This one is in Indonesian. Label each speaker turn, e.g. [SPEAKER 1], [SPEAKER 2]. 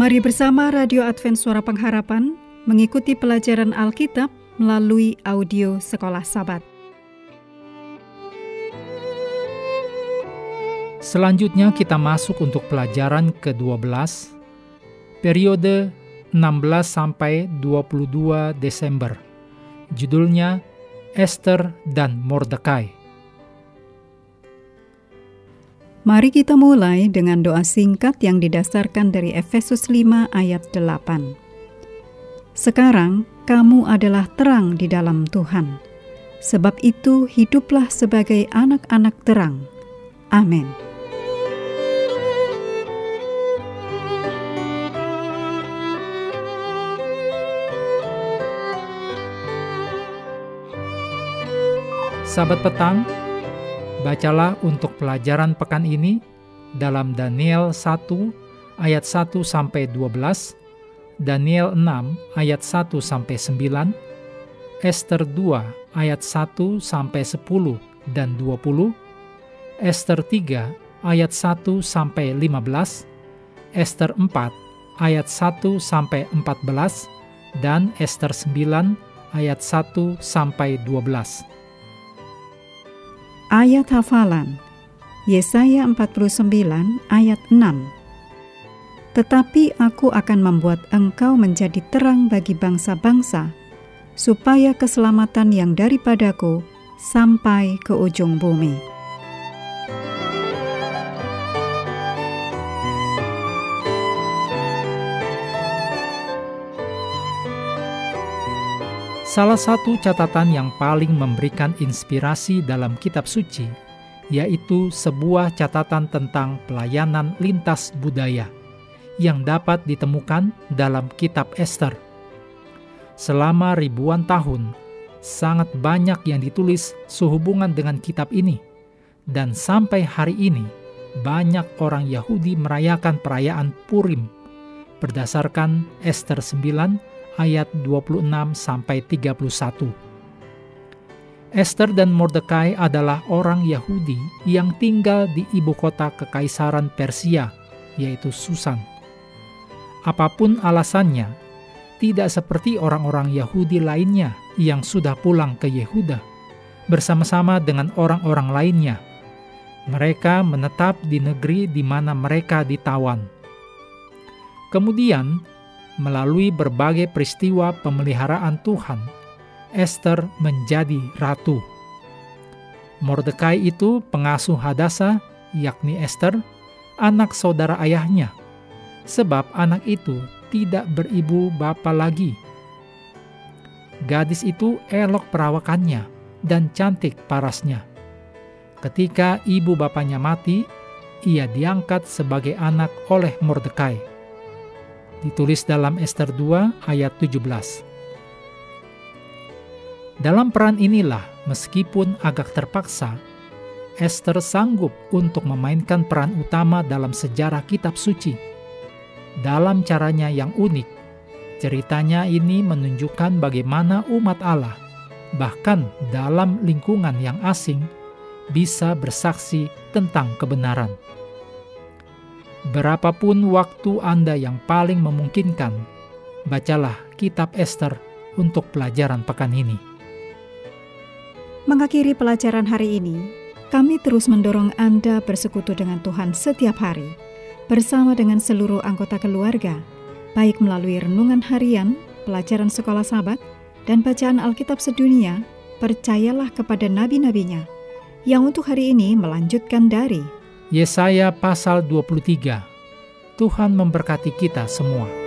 [SPEAKER 1] Mari bersama Radio Advent Suara Pengharapan mengikuti pelajaran Alkitab melalui audio Sekolah Sabat.
[SPEAKER 2] Selanjutnya kita masuk untuk pelajaran ke-12, periode 16 sampai 22 Desember. Judulnya Ester dan Mordekai.
[SPEAKER 1] Mari kita mulai dengan doa singkat yang didasarkan dari Efesus 5 ayat 8. Sekarang kamu adalah terang di dalam Tuhan. Sebab itu hiduplah sebagai anak-anak terang. Amin.
[SPEAKER 2] Sahabat petang, bacalah untuk pelajaran pekan ini dalam Daniel 1 ayat 1 sampai 12, Daniel 6 ayat 1 sampai 9, Ester 2 ayat 1 sampai 10 dan 20, Ester 3 ayat 1 sampai 15, Ester 4 ayat 1 sampai 14 dan Ester 9 ayat 1 sampai 12.
[SPEAKER 1] Ayat hafalan, Yesaya 49 ayat 6. Tetapi aku akan membuat engkau menjadi terang bagi bangsa-bangsa, supaya keselamatan yang daripadaku sampai ke ujung bumi.
[SPEAKER 2] Salah satu catatan yang paling memberikan inspirasi dalam kitab suci, yaitu sebuah catatan tentang pelayanan lintas budaya yang dapat ditemukan dalam kitab Ester. Selama ribuan tahun, sangat banyak yang ditulis sehubungan dengan kitab ini, dan sampai hari ini, banyak orang Yahudi merayakan perayaan Purim berdasarkan Ester 9 ayat 26 sampai 31. Ester dan Mordekai adalah orang Yahudi yang tinggal di ibu kota kekaisaran Persia, yaitu Susan. Apapun alasannya, tidak seperti orang-orang Yahudi lainnya yang sudah pulang ke Yehuda bersama-sama dengan orang-orang lainnya. Mereka menetap di negeri di mana mereka ditawan. Kemudian, melalui berbagai peristiwa pemeliharaan Tuhan, Ester menjadi ratu. Mordekai itu pengasuh Hadasa, yakni Ester, anak saudara ayahnya, sebab anak itu tidak beribu bapa lagi. Gadis itu elok perawakannya dan cantik parasnya. Ketika ibu bapanya mati, ia diangkat sebagai anak oleh Mordekai. Ditulis dalam Ester 2 ayat 17. Dalam peran inilah, meskipun agak terpaksa, Ester sanggup untuk memainkan peran utama dalam sejarah kitab suci. Dalam caranya yang unik, ceritanya ini menunjukkan bagaimana umat Allah, bahkan dalam lingkungan yang asing, bisa bersaksi tentang kebenaran. Berapapun waktu Anda yang paling memungkinkan, bacalah kitab Ester untuk pelajaran pekan ini.
[SPEAKER 1] Mengakhiri pelajaran hari ini, kami terus mendorong Anda bersekutu dengan Tuhan setiap hari, bersama dengan seluruh anggota keluarga, baik melalui renungan harian, pelajaran sekolah Sabat, dan bacaan Alkitab sedunia. Percayalah kepada nabi-nabinya, yang untuk hari ini melanjutkan dari
[SPEAKER 2] Yesaya pasal 23. Tuhan memberkati kita semua.